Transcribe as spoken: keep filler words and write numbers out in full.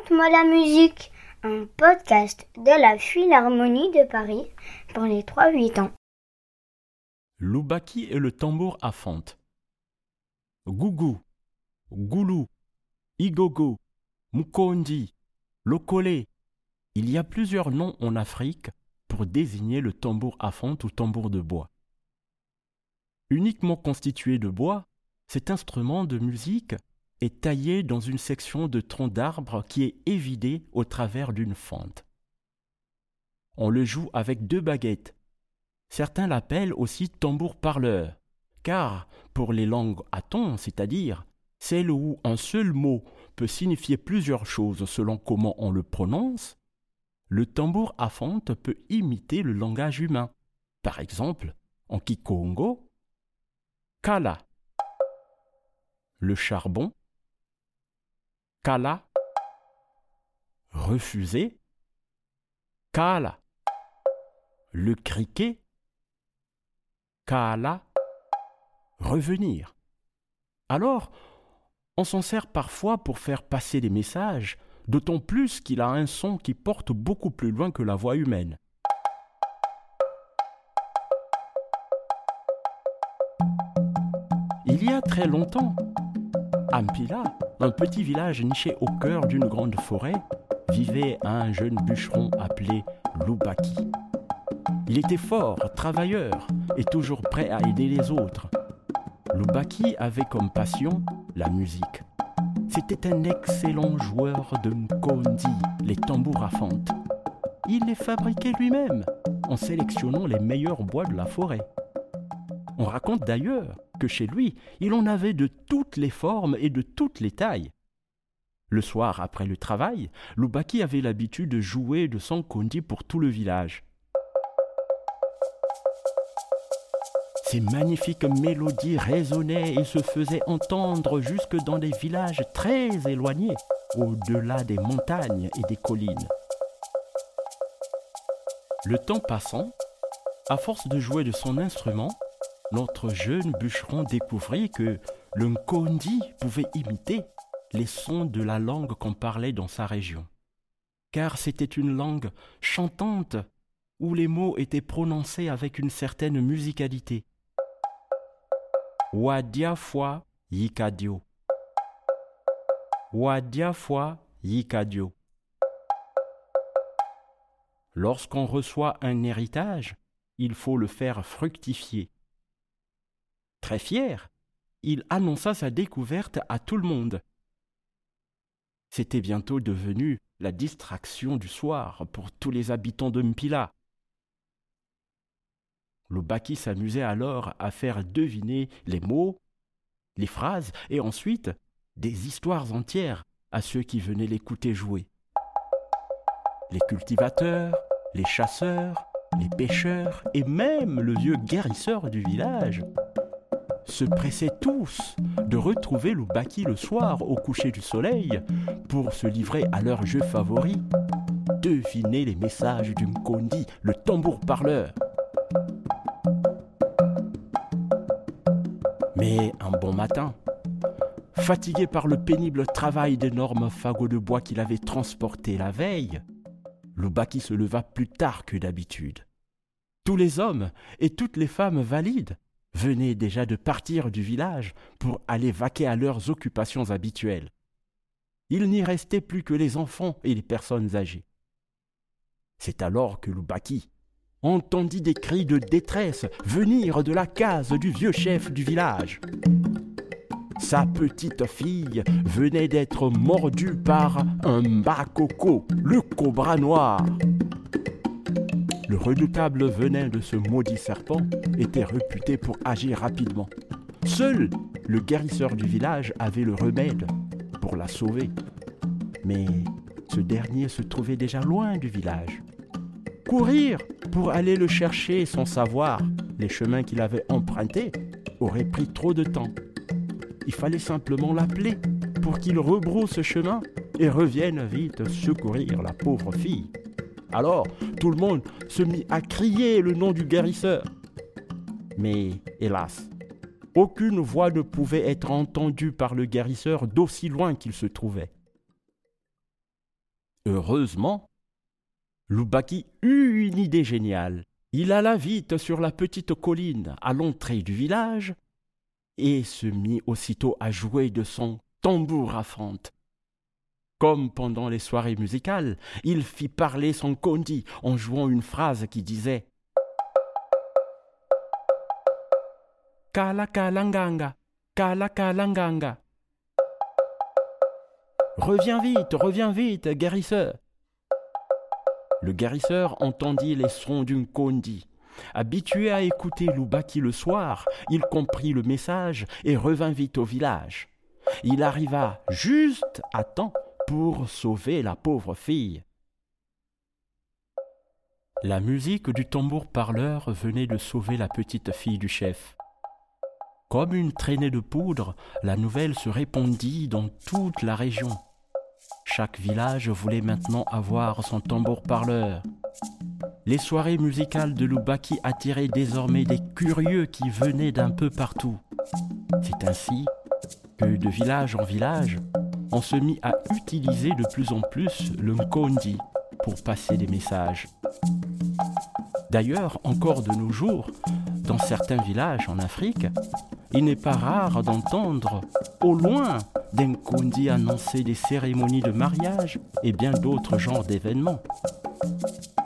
Chante-moi la musique, un podcast de la Philharmonie de Paris pour les trois huit ans. Loubaki et le tambour à fente. Gougou, Goulou, Igogo, Mukondi, Lokole. Il y a plusieurs noms en Afrique pour désigner le tambour à fente ou tambour de bois. Uniquement constitué de bois, cet instrument de musique est taillé dans une section de tronc d'arbre qui est évidée au travers d'une fente. On le joue avec deux baguettes. Certains l'appellent aussi tambour parleur, car pour les langues à ton, c'est-à-dire celles où un seul mot peut signifier plusieurs choses selon comment on le prononce, le tambour à fente peut imiter le langage humain. Par exemple, en Kikongo, Kala, le charbon, Kala, refuser, Kala, le criquet, Kala, revenir. Alors, on s'en sert parfois pour faire passer des messages, d'autant plus qu'il a un son qui porte beaucoup plus loin que la voix humaine. Il y a très longtemps, à Mpila, un petit village niché au cœur d'une grande forêt, vivait un jeune bûcheron appelé Loubaki. Il était fort, travailleur et toujours prêt à aider les autres. Loubaki avait comme passion la musique. C'était un excellent joueur de Nkondi, les tambours à fente. Il les fabriquait lui-même en sélectionnant les meilleurs bois de la forêt. On raconte d'ailleurs que chez lui, il en avait de toutes les formes et de toutes les tailles. Le soir, après le travail, Loubaki avait l'habitude de jouer de son Nkondi pour tout le village. Ces magnifiques mélodies résonnaient et se faisaient entendre jusque dans des villages très éloignés, au-delà des montagnes et des collines. Le temps passant, à force de jouer de son instrument, notre jeune bûcheron découvrit que le Nkondi pouvait imiter les sons de la langue qu'on parlait dans sa région. Car c'était une langue chantante où les mots étaient prononcés avec une certaine musicalité. Wadiafwa yikadio. Wadiafwa yikadio. Lorsqu'on reçoit un héritage, il faut le faire fructifier. Très fier, il annonça sa découverte à tout le monde. C'était bientôt devenu la distraction du soir pour tous les habitants de Mpila. Loubaki s'amusait alors à faire deviner les mots, les phrases et ensuite des histoires entières à ceux qui venaient l'écouter jouer. Les cultivateurs, les chasseurs, les pêcheurs et même le vieux guérisseur du village se pressaient tous de retrouver Loubaki le soir au coucher du soleil pour se livrer à leur jeu favori, deviner les messages du Nkondi, le tambour parleur. Mais un bon matin, fatigué par le pénible travail d'énormes fagots de bois qu'il avait transportés la veille, Loubaki se leva plus tard que d'habitude. Tous les hommes et toutes les femmes valides venaient déjà de partir du village pour aller vaquer à leurs occupations habituelles. Il n'y restait plus que les enfants et les personnes âgées. C'est alors que Loubaki entendit des cris de détresse venir de la case du vieux chef du village. Sa petite fille venait d'être mordue par un Mbakoko, le cobra noir. Le redoutable venin de ce maudit serpent était réputé pour agir rapidement. Seul le guérisseur du village avait le remède pour la sauver. Mais ce dernier se trouvait déjà loin du village. Courir pour aller le chercher sans savoir les chemins qu'il avait empruntés aurait pris trop de temps. Il fallait simplement l'appeler pour qu'il rebrousse chemin et revienne vite secourir la pauvre fille. Alors, tout le monde se mit à crier le nom du guérisseur. Mais, hélas, aucune voix ne pouvait être entendue par le guérisseur d'aussi loin qu'il se trouvait. Heureusement, Loubaki eut une idée géniale. Il alla vite sur la petite colline à l'entrée du village et se mit aussitôt à jouer de son tambour à fente. Comme pendant les soirées musicales, il fit parler son kondi en jouant une phrase qui disait « Kalakalanganga, Kalakalanganga » « Reviens vite, reviens vite, guérisseur !» Le guérisseur entendit les sons d'une kondi. Habitué à écouter Loubaki le soir, il comprit le message et revint vite au village. Il arriva juste à temps pour sauver la pauvre fille. La musique du tambour-parleur venait de sauver la petite fille du chef. Comme une traînée de poudre, la nouvelle se répandit dans toute la région. Chaque village voulait maintenant avoir son tambour-parleur. Les soirées musicales de Loubaki attiraient désormais des curieux qui venaient d'un peu partout. C'est ainsi que, de village en village, on se mit à utiliser de plus en plus le nkondi pour passer des messages. D'ailleurs, encore de nos jours, dans certains villages en Afrique, il n'est pas rare d'entendre au loin des nkondi annoncer des cérémonies de mariage et bien d'autres genres d'événements.